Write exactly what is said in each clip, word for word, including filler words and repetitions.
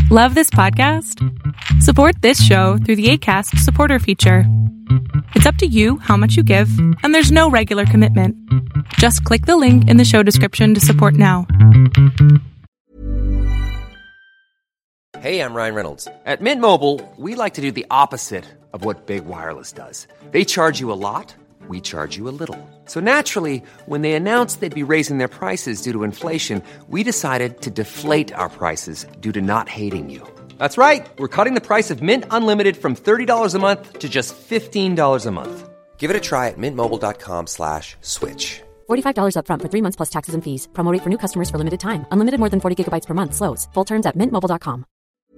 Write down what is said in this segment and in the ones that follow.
Love this podcast? Support this show through the Acast supporter feature. It's up to you how much you give, and there's no regular commitment. Just click the link in the show description to support now. Hey, I'm Ryan Reynolds. At Mint Mobile, we like to do the opposite of what Big Wireless does. They charge you a lot, we charge you a little. So naturally, when they announced they'd be raising their prices due to inflation, we decided to deflate our prices due to not hating you. That's right. We're cutting the price of Mint Unlimited from thirty dollars a month to just fifteen dollars a month. Give it a try at mintmobile.com slash switch. forty-five dollars up front for three months plus taxes and fees. Promo rate for new customers for limited time. Unlimited more than forty gigabytes per month. Slows full terms at mint mobile dot com.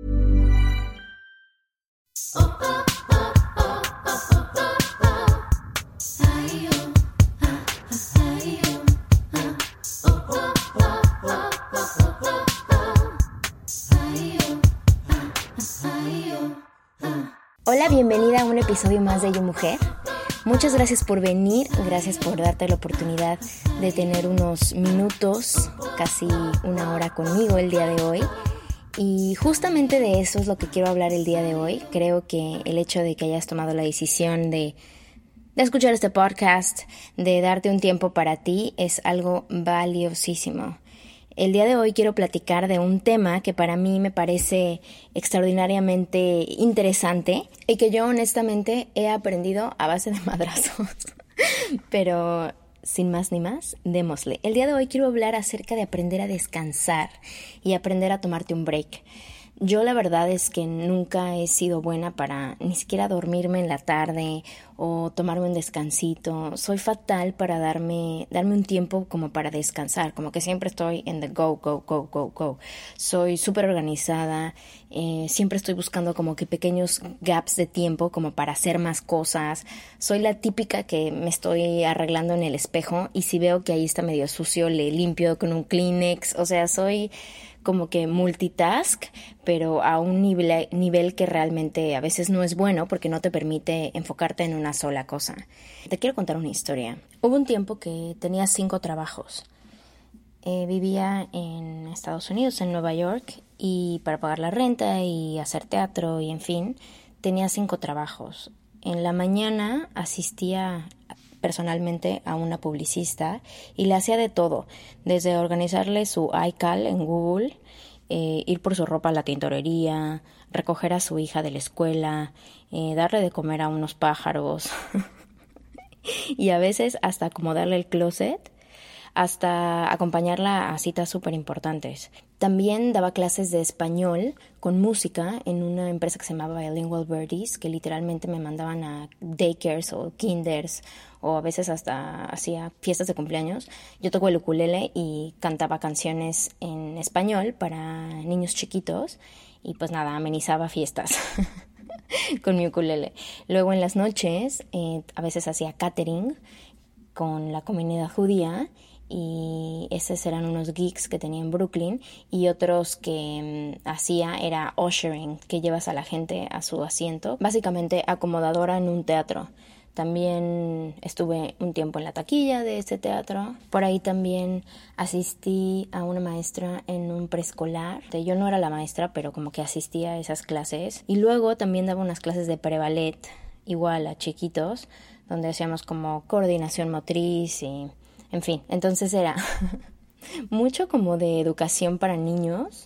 Hola, bienvenida a un episodio más de Yo Mujer. Muchas gracias por venir, gracias por darte la oportunidad de tener unos minutos, casi una hora conmigo el día de hoy. Y justamente de eso es lo que quiero hablar el día de hoy. Creo que el hecho de que hayas tomado la decisión de, de escuchar este podcast, de darte un tiempo para ti, es algo valiosísimo. El día de hoy quiero platicar de un tema que para mí me parece extraordinariamente interesante y que yo honestamente he aprendido a base de madrazos. Pero sin más ni más, démosle. El día de hoy quiero hablar acerca de aprender a descansar y aprender a tomarte un break. Yo la verdad es que nunca he sido buena para ni siquiera dormirme en la tarde o tomarme un descansito. Soy fatal para darme, darme un tiempo como para descansar, como que siempre estoy en the go, go, go, go, go. Soy súper organizada, eh, siempre estoy buscando como que pequeños gaps de tiempo como para hacer más cosas. Soy la típica que me estoy arreglando en el espejo y si veo que ahí está medio sucio, le limpio con un Kleenex. O sea, soy como que multitask, pero a un nivel, nivel que realmente a veces no es bueno porque no te permite enfocarte en una sola cosa. Te quiero contar una historia. Hubo un tiempo que tenía cinco trabajos. Eh, vivía en Estados Unidos, en Nueva York, y para pagar la renta y hacer teatro y en fin, tenía cinco trabajos. En la mañana asistía personalmente a una publicista y le hacía de todo, desde organizarle su iCal en Google, eh, ir por su ropa a la tintorería, recoger a su hija de la escuela, eh, darle de comer a unos pájaros y a veces hasta acomodarle el closet, hasta acompañarla a citas súper importantes. También daba clases de español con música en una empresa que se llamaba Bilingual Birdies, que literalmente me mandaban a daycares o kinders o a veces hasta hacía fiestas de cumpleaños. Yo toco el ukulele y cantaba canciones en español para niños chiquitos y pues nada, amenizaba fiestas con mi ukulele. Luego en las noches eh, a veces hacía catering con la comunidad judía y esos eran unos gigs que tenía en Brooklyn y otros que um, hacía era ushering, que llevas a la gente a su asiento, básicamente acomodadora en un teatro. También estuve un tiempo en la taquilla de ese teatro. Por ahí también asistí a una maestra en un preescolar. Yo no era la maestra, pero como que asistía a esas clases. Y luego también daba unas clases de pre-ballet, igual a chiquitos, donde hacíamos como coordinación motriz y en fin. Entonces era mucho como de educación para niños,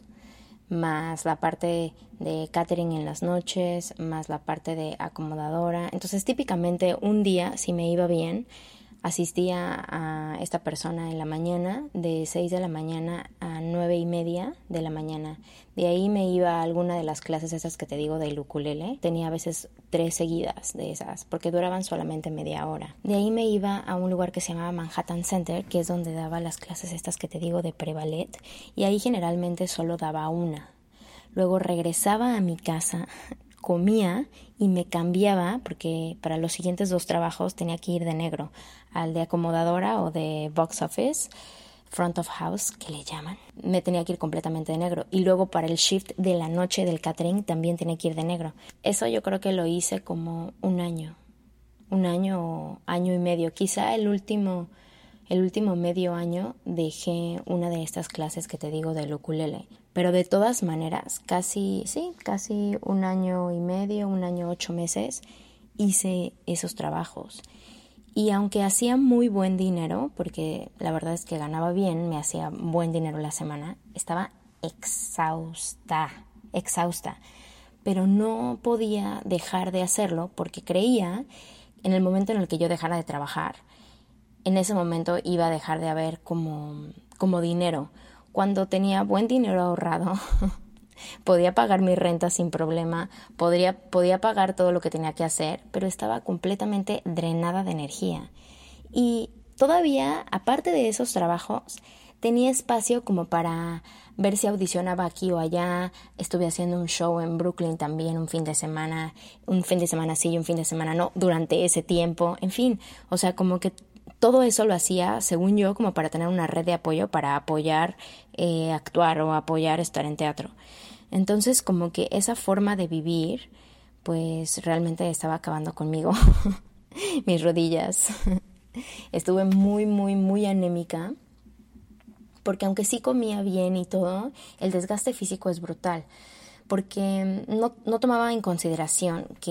más la parte de catering en las noches, más la parte de acomodadora. Entonces típicamente un día, si me iba bien, asistía a esta persona en la mañana, de seis de la mañana a nueve y media de la mañana. De ahí me iba a alguna de las clases esas que te digo del ukulele. Tenía a veces tres seguidas de esas, porque duraban solamente media hora. De ahí me iba a un lugar que se llamaba Manhattan Center, que es donde daba las clases estas que te digo de pre-ballet, y ahí generalmente solo daba una. Luego regresaba a mi casa, comía y me cambiaba, porque para los siguientes dos trabajos tenía que ir de negro, al de acomodadora o de box office, front of house, que le llaman. Me tenía que ir completamente de negro. Y luego para el shift de la noche del catering también tenía que ir de negro. Eso yo creo que lo hice como un año, un año o año y medio. Quizá el último el último medio año dejé una de estas clases que te digo del ukulele. Pero de todas maneras, casi, sí, casi un año y medio, un año ocho meses, hice esos trabajos. Y aunque hacía muy buen dinero, porque la verdad es que ganaba bien, me hacía buen dinero la semana, estaba exhausta, exhausta. Pero no podía dejar de hacerlo porque creía, en el momento en el que yo dejara de trabajar, en ese momento iba a dejar de haber como, como dinero. Cuando tenía buen dinero ahorrado, podía pagar mi renta sin problema, podría, podía pagar todo lo que tenía que hacer, pero estaba completamente drenada de energía. Y todavía, aparte de esos trabajos, tenía espacio como para ver si audicionaba aquí o allá. Estuve haciendo un show en Brooklyn también un fin de semana, un fin de semana sí y un fin de semana no, durante ese tiempo. En fin, o sea, como que todo eso lo hacía, según yo, como para tener una red de apoyo, para apoyar eh, actuar o apoyar estar en teatro. Entonces, como que esa forma de vivir, pues realmente estaba acabando conmigo. Mis rodillas. Estuve muy, muy, muy anémica. Porque aunque sí comía bien y todo, el desgaste físico es brutal. Porque no, no tomaba en consideración que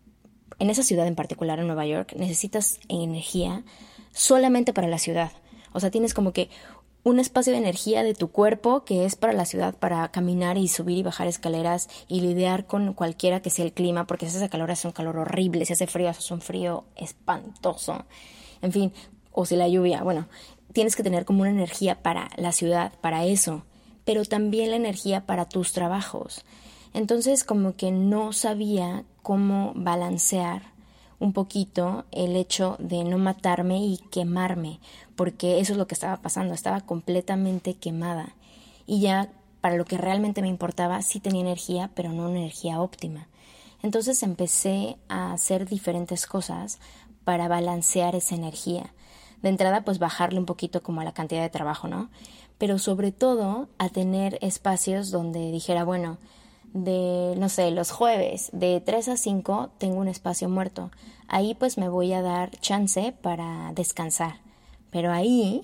en esa ciudad en particular, en Nueva York, necesitas energía solamente para la ciudad. O sea, tienes como que un espacio de energía de tu cuerpo que es para la ciudad, para caminar y subir y bajar escaleras y lidiar con cualquiera que sea el clima, porque si hace calor es un calor horrible, si hace frío es un frío espantoso. En fin, o si la lluvia, bueno, tienes que tener como una energía para la ciudad, para eso, pero también la energía para tus trabajos. Entonces como que no sabía cómo balancear un poquito el hecho de no matarme y quemarme, porque eso es lo que estaba pasando, estaba completamente quemada. Y ya para lo que realmente me importaba sí tenía energía, pero no una energía óptima. Entonces empecé a hacer diferentes cosas para balancear esa energía. De entrada, pues bajarle un poquito como a la cantidad de trabajo, ¿no? Pero sobre todo a tener espacios donde dijera, bueno, de, no sé, los jueves, de tres a cinco tengo un espacio muerto. Ahí pues me voy a dar chance para descansar. Pero ahí,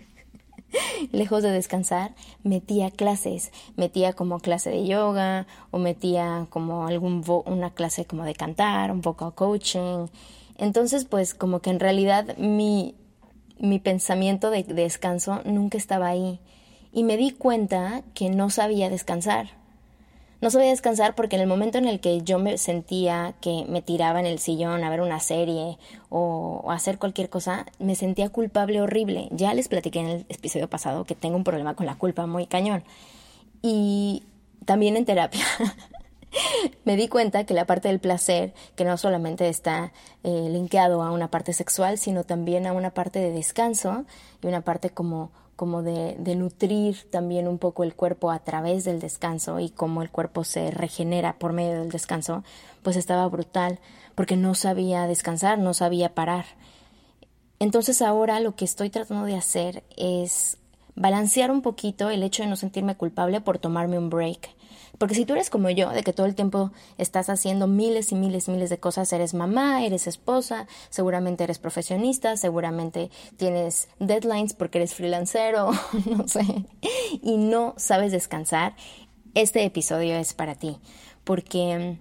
lejos de descansar, metía clases. Metía como clase de yoga o metía como algún vo- una clase como de cantar, un poco coaching. Entonces, pues como que en realidad mi... mi pensamiento de descanso nunca estaba ahí. Y me di cuenta que no sabía descansar. No sabía descansar porque en el momento en el que yo me sentía que me tiraba en el sillón a ver una serie o, o hacer cualquier cosa, me sentía culpable horrible. Ya les platiqué en el episodio pasado que tengo un problema con la culpa muy cañón. Y también en terapia me di cuenta que la parte del placer, que no solamente está eh, linkeado a una parte sexual, sino también a una parte de descanso y una parte como, como de, de nutrir también un poco el cuerpo a través del descanso y cómo el cuerpo se regenera por medio del descanso, pues estaba brutal porque no sabía descansar, no sabía parar. Entonces ahora lo que estoy tratando de hacer es balancear un poquito el hecho de no sentirme culpable por tomarme un break. Porque si tú eres como yo, de que todo el tiempo estás haciendo miles y miles y miles de cosas, eres mamá, eres esposa, seguramente eres profesionista, seguramente tienes deadlines porque eres freelancero, no sé, y no sabes descansar, este episodio es para ti. Porque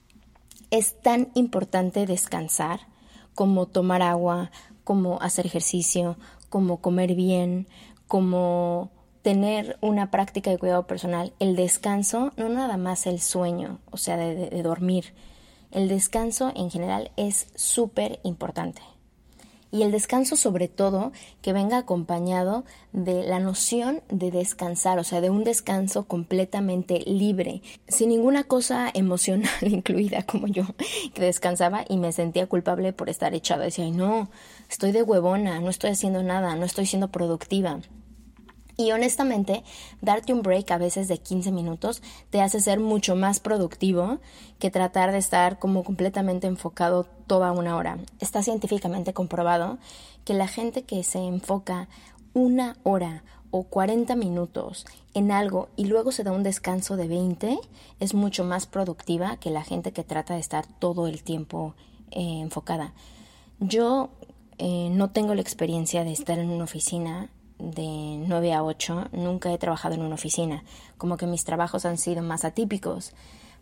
es tan importante descansar como tomar agua, como hacer ejercicio, como comer bien, como tener una práctica de cuidado personal. El descanso, no nada más el sueño, o sea, de, de, de dormir. El descanso en general es súper importante. Y el descanso sobre todo que venga acompañado de la noción de descansar, o sea, de un descanso completamente libre, sin ninguna cosa emocional incluida como yo, que descansaba y me sentía culpable por estar echada. Decía, ay no, estoy de huevona, no estoy haciendo nada, no estoy siendo productiva. Y honestamente, darte un break a veces de quince minutos te hace ser mucho más productivo que tratar de estar como completamente enfocado toda una hora. Está científicamente comprobado que la gente que se enfoca una hora o cuarenta minutos en algo y luego se da un descanso de veinte es mucho más productiva que la gente que trata de estar todo el tiempo eh, enfocada. Yo eh, no tengo la experiencia de estar en una oficina de nueve a ocho, nunca he trabajado en una oficina, como que mis trabajos han sido más atípicos,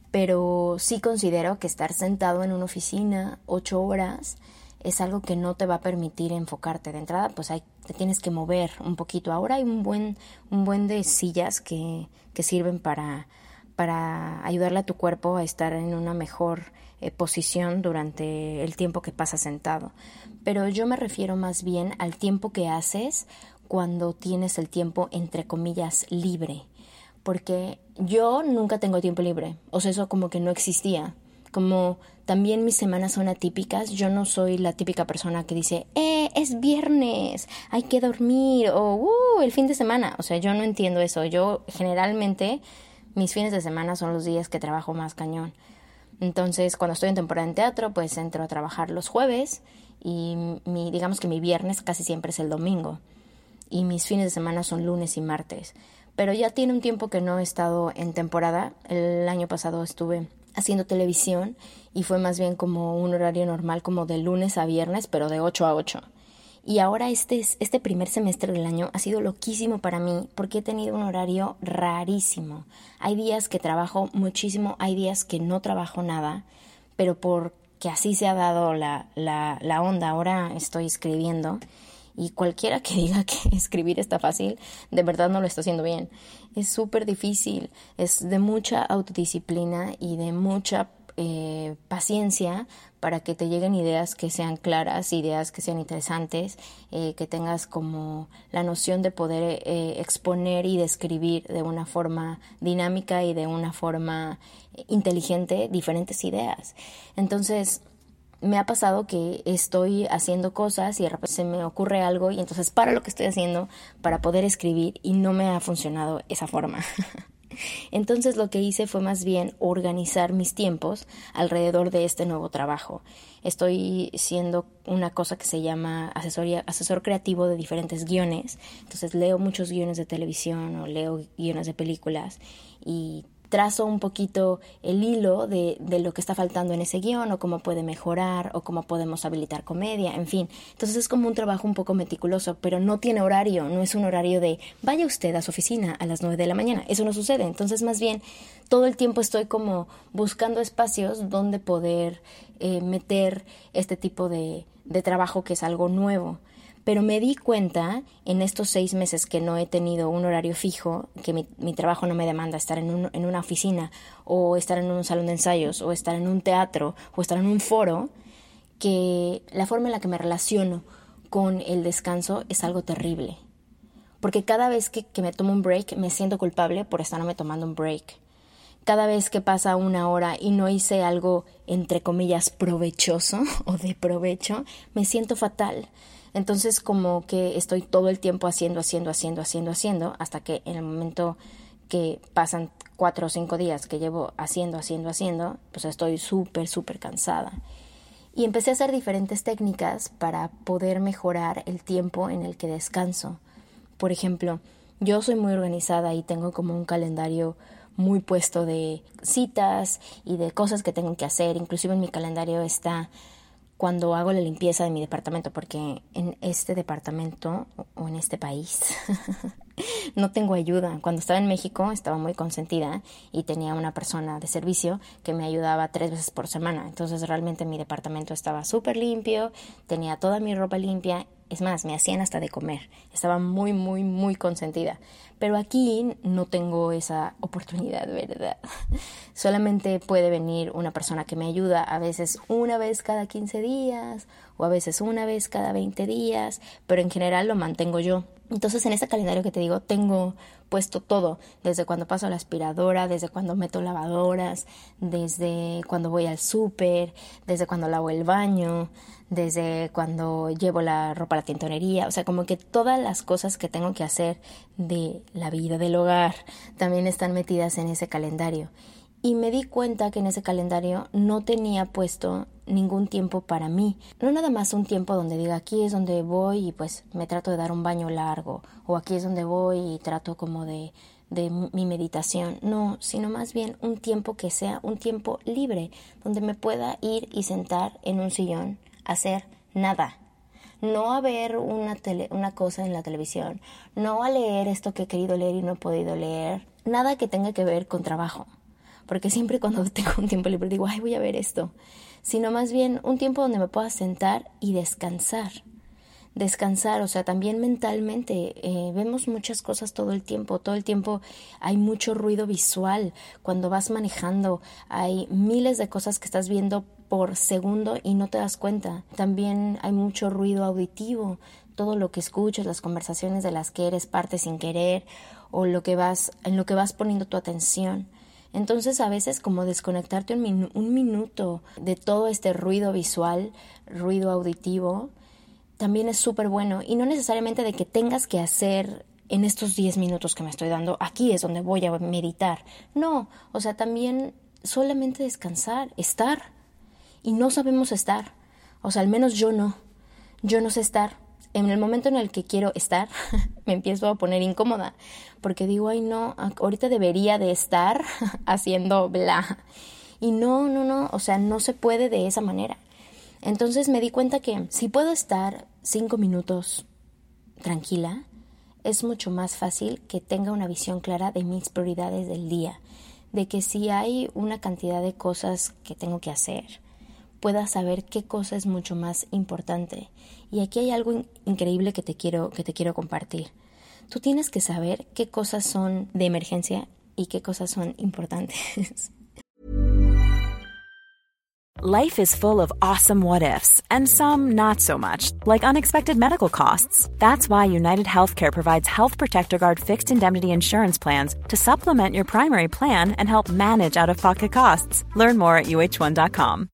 pero sí considero que estar sentado en una oficina ocho horas es algo que no te va a permitir enfocarte. De entrada, pues hay, te tienes que mover un poquito. Ahora hay un buen, un buen de sillas que, que sirven para, para ayudarle a tu cuerpo a estar en una mejor eh, posición durante el tiempo que pasas sentado. Pero yo me refiero más bien al tiempo que haces cuando tienes el tiempo, entre comillas, libre. Porque yo nunca tengo tiempo libre. O sea, eso como que no existía. Como también mis semanas son atípicas, yo no soy la típica persona que dice, eh, es viernes, hay que dormir, o, uh, el fin de semana. O sea, yo no entiendo eso. Yo generalmente, mis fines de semana son los días que trabajo más cañón. Entonces, cuando estoy en temporada en teatro, pues entro a trabajar los jueves y mi, digamos que mi viernes casi siempre es el domingo. Y mis fines de semana son lunes y martes. Pero ya tiene un tiempo que no he estado en temporada. El año pasado estuve haciendo televisión y fue más bien como un horario normal, como de lunes a viernes, pero de ocho a ocho. Y ahora este, este primer semestre del año ha sido loquísimo para mí porque he tenido un horario rarísimo. Hay días que trabajo muchísimo, hay días que no trabajo nada, pero porque así se ha dado la, la, la onda. Ahora estoy escribiendo. Y cualquiera que diga que escribir está fácil, de verdad no lo está haciendo bien. Es súper difícil, es de mucha autodisciplina y de mucha eh, paciencia para que te lleguen ideas que sean claras, ideas que sean interesantes, eh, que tengas como la noción de poder eh, exponer y describir de una forma dinámica y de una forma inteligente diferentes ideas. Entonces, me ha pasado que estoy haciendo cosas y de repente se me ocurre algo y entonces paro lo que estoy haciendo para poder escribir y no me ha funcionado esa forma. Entonces lo que hice fue más bien organizar mis tiempos alrededor de este nuevo trabajo. Estoy siendo una cosa que se llama asesoría, asesor creativo de diferentes guiones. Entonces leo muchos guiones de televisión o leo guiones de películas y trazo un poquito el hilo de, de lo que está faltando en ese guión o cómo puede mejorar o cómo podemos habilitar comedia, en fin. Entonces es como un trabajo un poco meticuloso, pero no tiene horario, no es un horario de vaya usted a su oficina a las nueve de la mañana, eso no sucede. Entonces más bien todo el tiempo estoy como buscando espacios donde poder eh, meter este tipo de, de trabajo que es algo nuevo. Pero me di cuenta en estos seis meses que no he tenido un horario fijo, que mi, mi trabajo no me demanda estar en, un, en una oficina o estar en un salón de ensayos o estar en un teatro o estar en un foro, que la forma en la que me relaciono con el descanso es algo terrible. Porque cada vez que, que me tomo un break me siento culpable por estarme tomando un break. Cada vez que pasa una hora y no hice algo, entre comillas, provechoso o de provecho, me siento fatal. Entonces como que estoy todo el tiempo haciendo, haciendo, haciendo, haciendo, haciendo, hasta que en el momento que pasan cuatro o cinco días que llevo haciendo, haciendo, haciendo, pues estoy súper, súper cansada. Y empecé a hacer diferentes técnicas para poder mejorar el tiempo en el que descanso. Por ejemplo, yo soy muy organizada y tengo como un calendario muy puesto de citas y de cosas que tengo que hacer. Inclusive en mi calendario está cuando hago la limpieza de mi departamento, porque en este departamento o en este país no tengo ayuda. Cuando estaba en México estaba muy consentida y tenía una persona de servicio que me ayudaba tres veces por semana. Entonces realmente mi departamento estaba súper limpio, tenía toda mi ropa limpia. Es más, me hacían hasta de comer. Estaba muy, muy, muy consentida. Pero aquí no tengo esa oportunidad, ¿verdad? Solamente puede venir una persona que me ayuda a veces una vez cada quince días o a veces una vez cada veinte días, pero en general lo mantengo yo. Entonces en este calendario que te digo tengo puesto todo, desde cuando paso la aspiradora, desde cuando meto lavadoras, desde cuando voy al súper, desde cuando lavo el baño, desde cuando llevo la ropa a la tintorería, o sea, como que todas las cosas que tengo que hacer de la vida del hogar también están metidas en ese calendario. Y me di cuenta que en ese calendario no tenía puesto ningún tiempo para mí. No nada más un tiempo donde diga aquí es donde voy y pues me trato de dar un baño largo, o aquí es donde voy y trato como de, de mi meditación. No, sino más bien un tiempo que sea un tiempo libre, donde me pueda ir y sentar en un sillón a hacer nada. no a ver una, tele, una cosa en la televisión, no a leer esto que he querido leer y no he podido leer, nada que tenga que ver con trabajo, porque siempre cuando tengo un tiempo libre digo, ay, voy a ver esto, sino más bien un tiempo donde me pueda sentar y descansar. Descansar, o sea, también mentalmente, eh, vemos muchas cosas todo el tiempo, todo el tiempo hay mucho ruido visual, cuando vas manejando hay miles de cosas que estás viendo por segundo y no te das cuenta, también hay mucho ruido auditivo, todo lo que escuchas, las conversaciones de las que eres parte sin querer o lo que vas, en lo que vas poniendo tu atención. Entonces a veces como desconectarte un, minu- un minuto de todo este ruido visual, ruido auditivo, también es súper bueno, y no necesariamente de que tengas que hacer en estos diez minutos que me estoy dando, aquí es donde voy a meditar. No, o sea, también solamente descansar, estar, y no sabemos estar, o sea, al menos yo no, yo no sé estar. En el momento en el que quiero estar, me empiezo a poner incómoda, porque digo, ay no, ahorita debería de estar haciendo bla, y no, no, no, o sea, no se puede de esa manera. Entonces me di cuenta que si puedo estar cinco minutos tranquila, es mucho más fácil que tenga una visión clara de mis prioridades del día, de que si hay una cantidad de cosas que tengo que hacer, pueda saber qué cosa es mucho más importante. Y aquí hay algo in- increíble que te quiero, que te quiero compartir. Tú tienes que saber qué cosas son de emergencia y qué cosas son importantes. Life is full of awesome what-ifs, and some not so much, like unexpected medical costs. That's why United Healthcare provides Health Protector Guard fixed indemnity insurance plans to supplement your primary plan and help manage out-of-pocket costs. Learn more at U H one dot com.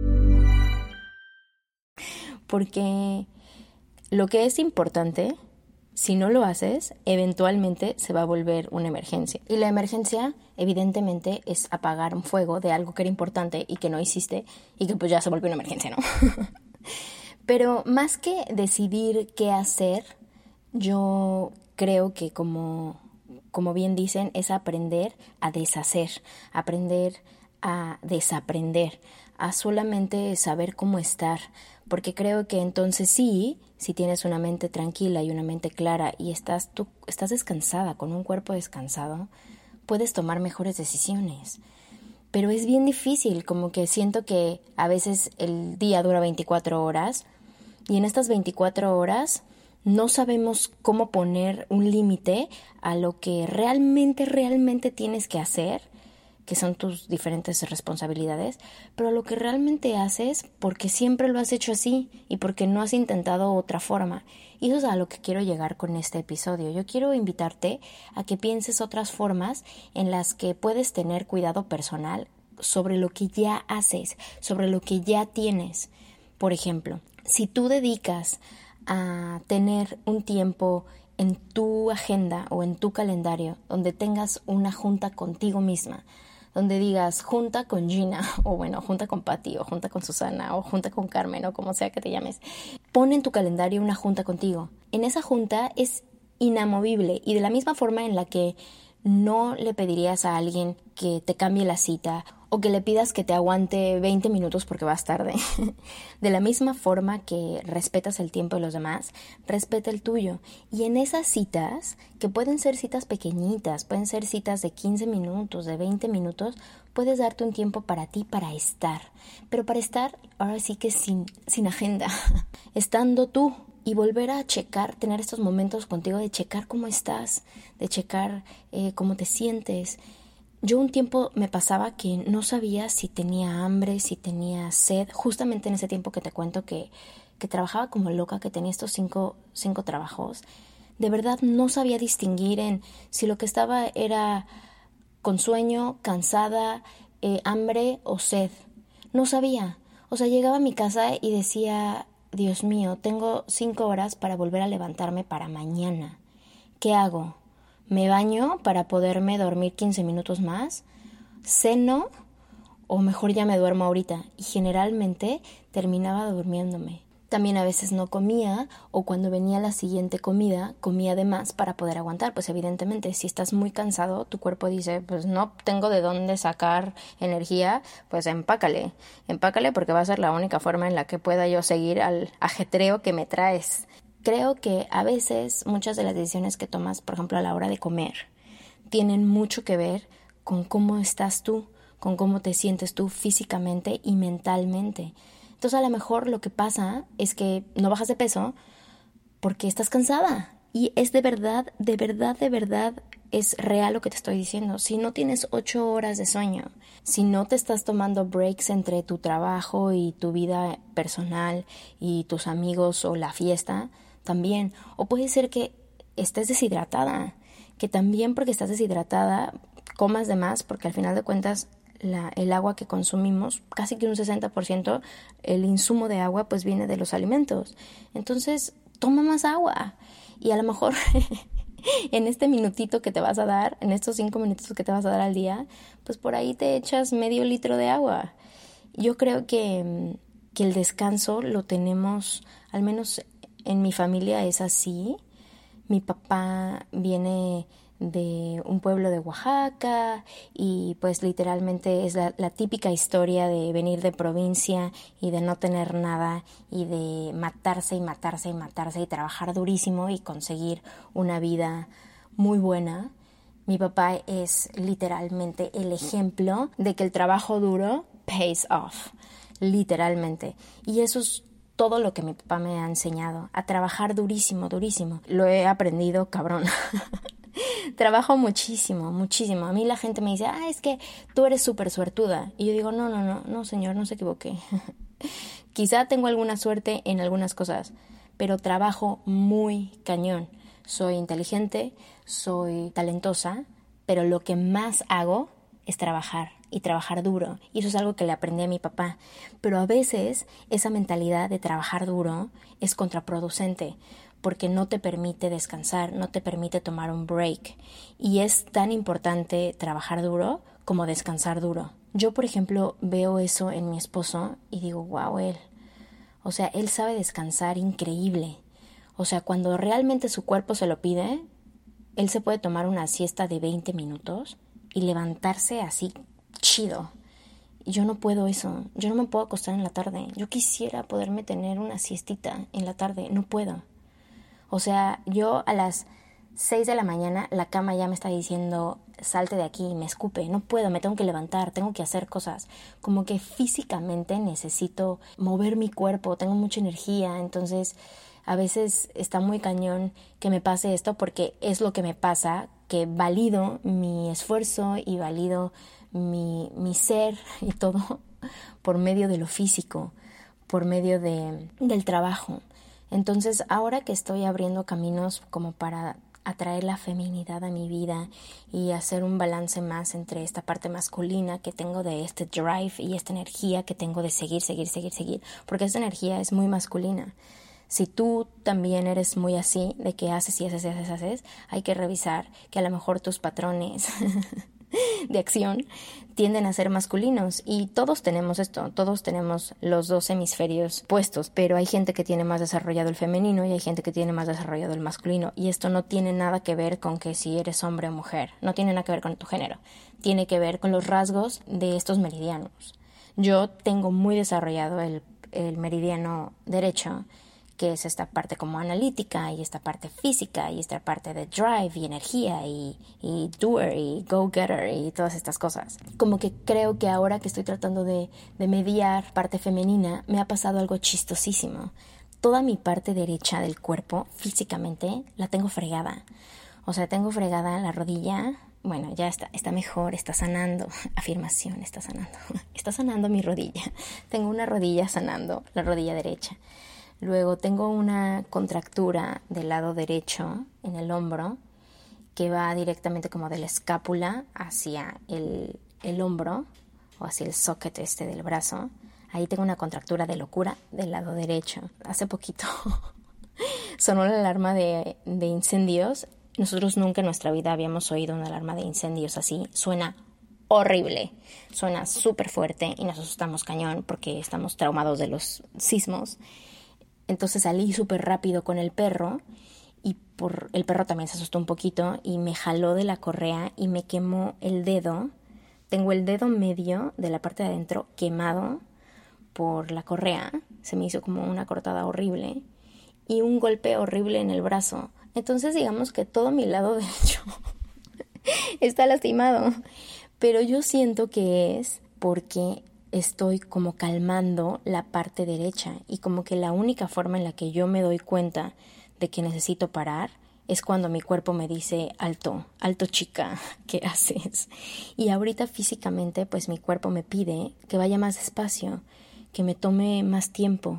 Porque lo que es importante, si no lo haces, eventualmente se va a volver una emergencia. Y la emergencia, evidentemente, es apagar un fuego de algo que era importante y que no hiciste y que pues ya se volvió una emergencia, ¿no? Pero más que decidir qué hacer, yo creo que como, como bien dicen, es aprender a deshacer, aprender a desaprender, a solamente saber cómo estar, porque creo que entonces sí, si tienes una mente tranquila y una mente clara y estás, tú, estás descansada, con un cuerpo descansado, puedes tomar mejores decisiones. Pero es bien difícil, como que siento que a veces el día dura veinticuatro horas y en estas veinticuatro horas no sabemos cómo poner un límite a lo que realmente, realmente tienes que hacer, que son tus diferentes responsabilidades, pero lo que realmente haces porque siempre lo has hecho así y porque no has intentado otra forma. Y eso es a lo que quiero llegar con este episodio. Yo quiero invitarte a que pienses otras formas en las que puedes tener cuidado personal sobre lo que ya haces, sobre lo que ya tienes. Por ejemplo, si tú dedicas a tener un tiempo en tu agenda o en tu calendario donde tengas una junta contigo misma, donde digas junta con Gina, o bueno, junta con Patti, o junta con Susana, o junta con Carmen, o como sea que te llames. Pon en tu calendario una junta contigo. En esa junta es inamovible y de la misma forma en la que no le pedirías a alguien que te cambie la cita o que le pidas que te aguante veinte minutos porque vas tarde. De la misma forma que respetas el tiempo de los demás, respeta el tuyo. Y en esas citas, que pueden ser citas pequeñitas, pueden ser citas de quince minutos, de veinte minutos, puedes darte un tiempo para ti, para estar. Pero para estar, ahora sí que sin, sin agenda, estando tú. Y volver a checar, tener estos momentos contigo de checar cómo estás, de checar eh, cómo te sientes. Yo un tiempo me pasaba que no sabía si tenía hambre, si tenía sed, justamente en ese tiempo que te cuento que, que trabajaba como loca, que tenía estos cinco, cinco trabajos. De verdad no sabía distinguir en si lo que estaba era con sueño, cansada, eh, hambre o sed. No sabía. O sea, llegaba a mi casa y decía, Dios mío, tengo cinco horas para volver a levantarme para mañana. ¿Qué hago? ¿Me baño para poderme dormir quince minutos más? ¿Ceno? ¿O mejor ya me duermo ahorita? Y generalmente terminaba durmiéndome. También a veces no comía, o cuando venía la siguiente comida, comía de más para poder aguantar. Pues evidentemente, si estás muy cansado, tu cuerpo dice, pues no tengo de dónde sacar energía, pues empácale, empácale porque va a ser la única forma en la que pueda yo seguir al ajetreo que me traes. Creo que a veces muchas de las decisiones que tomas, por ejemplo, a la hora de comer, tienen mucho que ver con cómo estás tú, con cómo te sientes tú físicamente y mentalmente. Entonces a lo mejor lo que pasa es que no bajas de peso porque estás cansada. Y es de verdad, de verdad, de verdad, es real lo que te estoy diciendo. Si no tienes ocho horas de sueño, si no te estás tomando breaks entre tu trabajo y tu vida personal y tus amigos o la fiesta, también. O puede ser que estés deshidratada, que también porque estás deshidratada comas de más, porque al final de cuentas La, el agua que consumimos, casi que un sesenta por ciento, el insumo de agua pues viene de los alimentos. Entonces, toma más agua. Y a lo mejor en este minutito que te vas a dar, en estos cinco minutos que te vas a dar al día, pues por ahí te echas medio litro de agua. Yo creo que, que el descanso lo tenemos, al menos en mi familia es así. Mi papá viene de un pueblo de Oaxaca y pues literalmente es la, la típica historia de venir de provincia y de no tener nada y de matarse y matarse y matarse y trabajar durísimo y conseguir una vida muy buena. Mi papá es literalmente el ejemplo de que el trabajo duro pays off, literalmente. Y eso es todo lo que mi papá me ha enseñado, a trabajar durísimo, durísimo. Lo he aprendido cabrón. Trabajo muchísimo, muchísimo. A mí la gente me dice, ah, es que tú eres súper suertuda. Y yo digo, no, no, no, no, señor, no se equivoque. Quizá tengo alguna suerte en algunas cosas, pero trabajo muy cañón. Soy inteligente, soy talentosa, pero lo que más hago es trabajar y trabajar duro. Y eso es algo que le aprendí a mi papá. Pero a veces esa mentalidad de trabajar duro es contraproducente, porque no te permite descansar, no te permite tomar un break. Y es tan importante trabajar duro como descansar duro. Yo, por ejemplo, veo eso en mi esposo y digo, wow, él. O sea, él sabe descansar increíble. O sea, cuando realmente su cuerpo se lo pide, él se puede tomar una siesta de veinte minutos y levantarse así chido. Y yo no puedo eso. Yo no me puedo acostar en la tarde. Yo quisiera poderme tener una siestita en la tarde. No puedo. O sea, yo a las seis de la mañana la cama ya me está diciendo salte de aquí, me escupe, no puedo, me tengo que levantar, tengo que hacer cosas. Como que físicamente necesito mover mi cuerpo, tengo mucha energía, entonces a veces está muy cañón que me pase esto porque es lo que me pasa, que valido mi esfuerzo y valido mi, mi ser y todo por medio de lo físico, por medio de, del trabajo. Entonces, ahora que estoy abriendo caminos como para atraer la feminidad a mi vida y hacer un balance más entre esta parte masculina que tengo de este drive y esta energía que tengo de seguir, seguir, seguir, seguir, porque esta energía es muy masculina. Si tú también eres muy así, de que haces y haces y haces, haces, hay que revisar que a lo mejor tus patrones de acción tienden a ser masculinos y todos tenemos esto, todos tenemos los dos hemisferios puestos, pero hay gente que tiene más desarrollado el femenino y hay gente que tiene más desarrollado el masculino y esto no tiene nada que ver con que si eres hombre o mujer, no tiene nada que ver con tu género, tiene que ver con los rasgos de estos meridianos. Yo tengo muy desarrollado el, el meridiano derecho, que es esta parte como analítica y esta parte física y esta parte de drive y energía y, y doer y go-getter y todas estas cosas. Como que creo que ahora que estoy tratando de, de mediar parte femenina, me ha pasado algo chistosísimo. Toda mi parte derecha del cuerpo, físicamente, la tengo fregada. O sea, tengo fregada la rodilla. Bueno, ya está, está mejor, está sanando. Afirmación, está sanando. Está sanando mi rodilla. Tengo una rodilla sanando, la rodilla derecha. Luego tengo una contractura del lado derecho en el hombro que va directamente como de la escápula hacia el, el hombro o hacia el socket este del brazo. Ahí tengo una contractura de locura del lado derecho. Hace poquito sonó la alarma de, de incendios. Nosotros nunca en nuestra vida habíamos oído una alarma de incendios así. Suena horrible, suena súper fuerte y nos asustamos cañón porque estamos traumados de los sismos. Entonces salí súper rápido con el perro y por el perro también se asustó un poquito y me jaló de la correa y me quemó el dedo. Tengo el dedo medio de la parte de adentro quemado por la correa. Se me hizo como una cortada horrible y un golpe horrible en el brazo. Entonces digamos que todo mi lado derecho está lastimado. Pero yo siento que es porque estoy como calmando la parte derecha y como que la única forma en la que yo me doy cuenta de que necesito parar es cuando mi cuerpo me dice alto, alto chica, ¿qué haces? Y ahorita físicamente pues mi cuerpo me pide que vaya más despacio, que me tome más tiempo,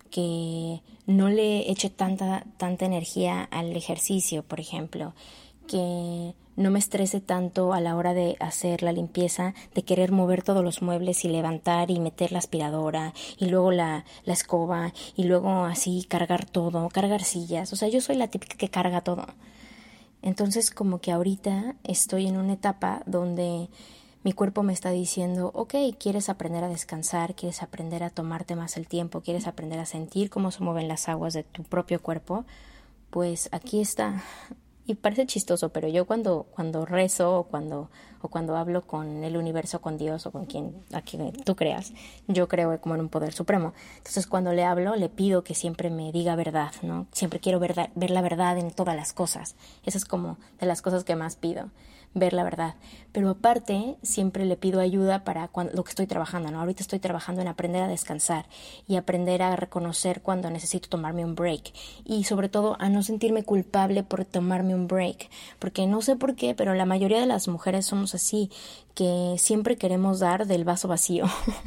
que no le eche tanta, tanta energía al ejercicio, por ejemplo, que no me estrese tanto a la hora de hacer la limpieza, de querer mover todos los muebles y levantar y meter la aspiradora y luego la, la escoba y luego así cargar todo, cargar sillas. O sea, yo soy la típica que carga todo. Entonces como que ahorita estoy en una etapa donde mi cuerpo me está diciendo, ok, ¿quieres aprender a descansar? ¿Quieres aprender a tomarte más el tiempo? ¿Quieres aprender a sentir cómo se mueven las aguas de tu propio cuerpo? Pues aquí está. Y parece chistoso, pero yo cuando, cuando rezo o cuando, o cuando hablo con el universo, con Dios o con quien, a quien tú creas, yo creo como en un poder supremo. Entonces cuando le hablo, le pido que siempre me diga verdad, ¿no? Siempre quiero ver, ver la verdad en todas las cosas. Esa es como de las cosas que más pido, ver la verdad. Pero aparte, siempre le pido ayuda para cuando, lo que estoy trabajando, ¿no? Ahorita estoy trabajando en aprender a descansar y aprender a reconocer cuando necesito tomarme un break. Y sobre todo a no sentirme culpable por tomarme un break. Porque no sé por qué, pero la mayoría de las mujeres somos así, que siempre queremos dar del vaso vacío.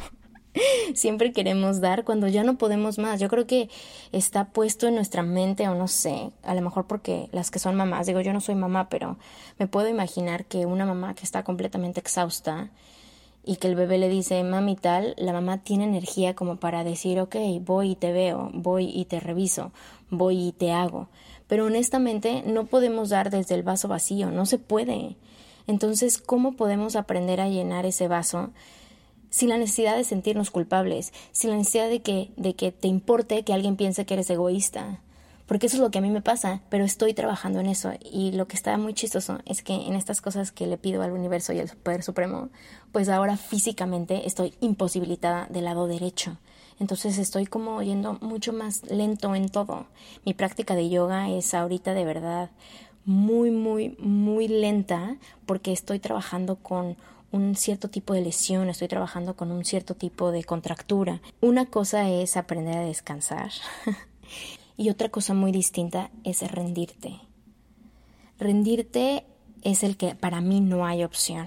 Siempre queremos dar cuando ya no podemos más. Yo creo que está puesto en nuestra mente, o no sé, a lo mejor porque las que son mamás, digo, yo no soy mamá, pero me puedo imaginar que una mamá que está completamente exhausta y que el bebé le dice, mami tal, la mamá tiene energía como para decir, ok, voy y te veo, voy y te reviso, voy y te hago. Pero honestamente no podemos dar desde el vaso vacío, no se puede. Entonces, ¿cómo podemos aprender a llenar ese vaso sin la necesidad de sentirnos culpables, sin la necesidad de que, de que te importe que alguien piense que eres egoísta? Porque eso es lo que a mí me pasa, pero estoy trabajando en eso. Y lo que está muy chistoso es que en estas cosas que le pido al universo y al Poder Supremo, pues ahora físicamente estoy imposibilitada del lado derecho. Entonces estoy como yendo mucho más lento en todo. Mi práctica de yoga es ahorita de verdad muy, muy, muy lenta porque estoy trabajando con un cierto tipo de lesión, estoy trabajando con un cierto tipo de contractura. Una cosa es aprender a descansar y otra cosa muy distinta es rendirte. Rendirte es el que para mí no hay opción.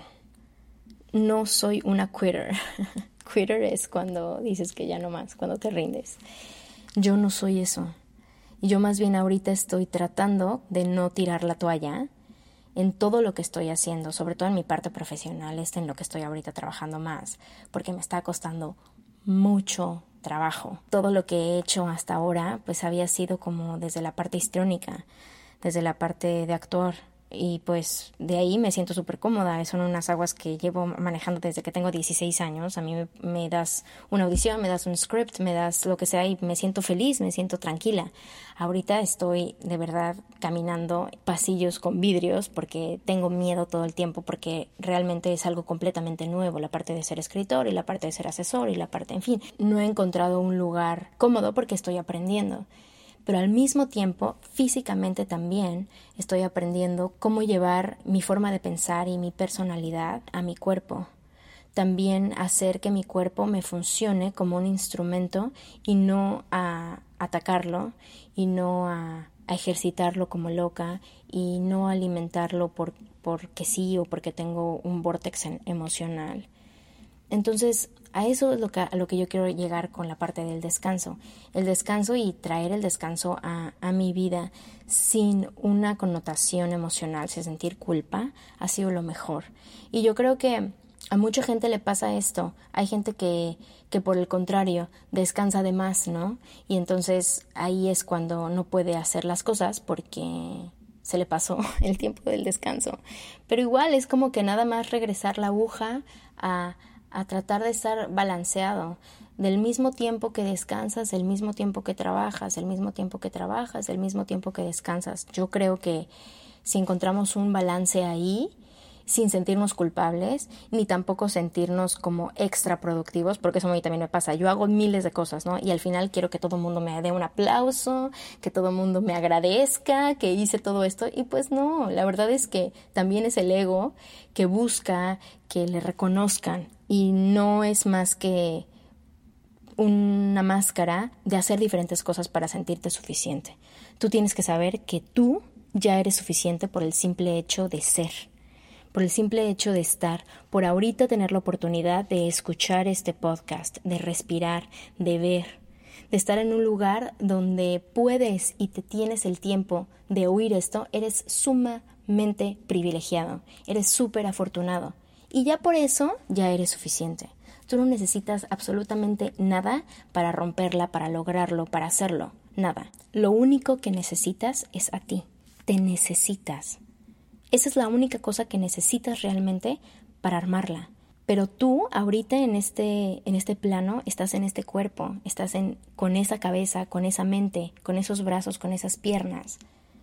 No soy una quitter. Quitter es cuando dices que ya no más, cuando te rindes. Yo no soy eso. Yo más bien ahorita estoy tratando de no tirar la toalla en todo lo que estoy haciendo, sobre todo en mi parte profesional, es en lo que estoy ahorita trabajando más, porque me está costando mucho trabajo. Todo lo que he hecho hasta ahora, pues había sido como desde la parte histriónica, desde la parte de actuar, y pues de ahí me siento súper cómoda. Son unas aguas que llevo manejando desde que tengo dieciséis años. A mí me, me das una audición, me das un script, me das lo que sea y me siento feliz, me siento tranquila. Ahorita estoy de verdad caminando pasillos con vidrios porque tengo miedo todo el tiempo, porque realmente es algo completamente nuevo, la parte de ser escritor y la parte de ser asesor y la parte, en fin, no he encontrado un lugar cómodo porque estoy aprendiendo. Pero al mismo tiempo, físicamente también estoy aprendiendo cómo llevar mi forma de pensar y mi personalidad a mi cuerpo. También hacer que mi cuerpo me funcione como un instrumento y no a atacarlo y no a, a ejercitarlo como loca y no alimentarlo por, porque sí o porque tengo un vórtex emocional. Entonces, a eso es lo que, a lo que yo quiero llegar con la parte del descanso. El descanso y traer el descanso a, a mi vida sin una connotación emocional, sin sentir culpa, ha sido lo mejor. Y yo creo que a mucha gente le pasa esto. Hay gente que, que por el contrario descansa de más, ¿no? Y entonces ahí es cuando no puede hacer las cosas porque se le pasó el tiempo del descanso. Pero igual es como que nada más regresar la aguja a a tratar de estar balanceado. Del mismo tiempo que descansas, el mismo tiempo que trabajas, el mismo tiempo que trabajas, el mismo tiempo que descansas. Yo creo que si encontramos un balance ahí, sin sentirnos culpables, ni tampoco sentirnos como extra productivos, porque eso a mí también me pasa. Yo hago miles de cosas, ¿no? Y al final quiero que todo el mundo me dé un aplauso, que todo el mundo me agradezca, que hice todo esto. Y pues no, la verdad es que también es el ego que busca que le reconozcan. Y no es más que una máscara de hacer diferentes cosas para sentirte suficiente. Tú tienes que saber que tú ya eres suficiente por el simple hecho de ser. Por el simple hecho de estar, por ahorita tener la oportunidad de escuchar este podcast, de respirar, de ver, de estar en un lugar donde puedes y te tienes el tiempo de oír esto, eres sumamente privilegiado, eres súper afortunado. Y ya por eso ya eres suficiente. Tú no necesitas absolutamente nada para romperla, para lograrlo, para hacerlo, nada. Lo único que necesitas es a ti, te necesitas. Esa es la única cosa que necesitas realmente para armarla. Pero tú ahorita en este, en este plano estás en este cuerpo, estás en, con esa cabeza, con esa mente, con esos brazos, con esas piernas.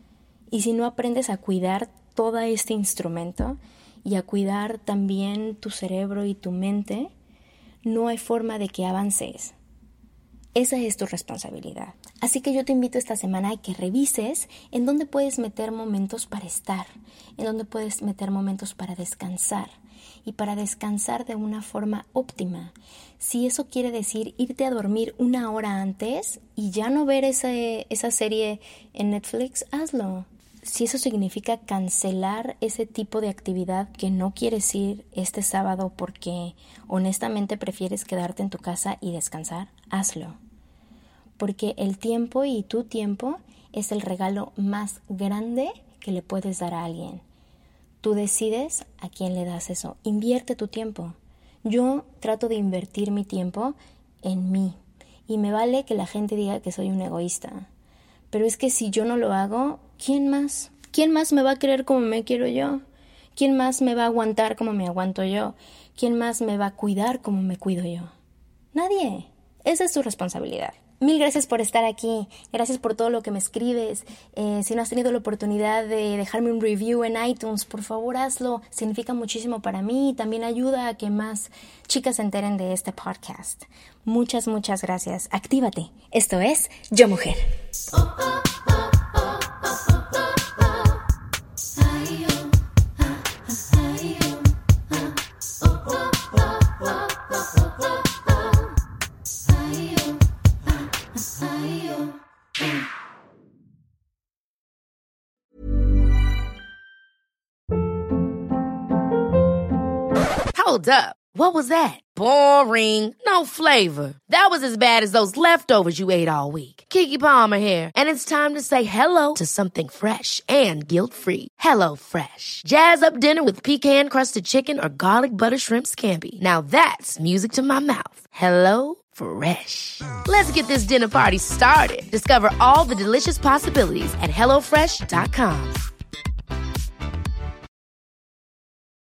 Y si no aprendes a cuidar todo este instrumento y a cuidar también tu cerebro y tu mente, no hay forma de que avances. Esa es tu responsabilidad. Así que yo te invito esta semana a que revises en dónde puedes meter momentos para estar, en dónde puedes meter momentos para descansar y para descansar de una forma óptima. Si eso quiere decir irte a dormir una hora antes y ya no ver esa, esa serie en Netflix, hazlo. Si eso significa cancelar ese tipo de actividad que no quieres ir este sábado porque honestamente prefieres quedarte en tu casa y descansar, hazlo. Porque el tiempo y tu tiempo es el regalo más grande que le puedes dar a alguien. Tú decides a quién le das eso. Invierte tu tiempo. Yo trato de invertir mi tiempo en mí. Y me vale que la gente diga que soy un egoísta. Pero es que si yo no lo hago, ¿quién más? ¿Quién más me va a querer como me quiero yo? ¿Quién más me va a aguantar como me aguanto yo? ¿Quién más me va a cuidar como me cuido yo? Nadie. Esa es tu responsabilidad. Mil gracias por estar aquí. Gracias por todo lo que me escribes. Eh, si no has tenido la oportunidad de dejarme un review en iTunes, por favor hazlo. Significa muchísimo para mí y también ayuda a que más chicas se enteren de este podcast. Muchas, muchas gracias. Actívate. Esto es Yo Mujer. Hold up. What was that? Boring. No flavor. That was as bad as those leftovers you ate all week. Keke Palmer here. And it's time to say hello to something fresh and guilt-free. Hello Fresh. Jazz up dinner with pecan-crusted chicken or garlic butter shrimp scampi. Now that's music to my mouth. Hello Fresh. Let's get this dinner party started. Discover all the delicious possibilities at hello fresh dot com.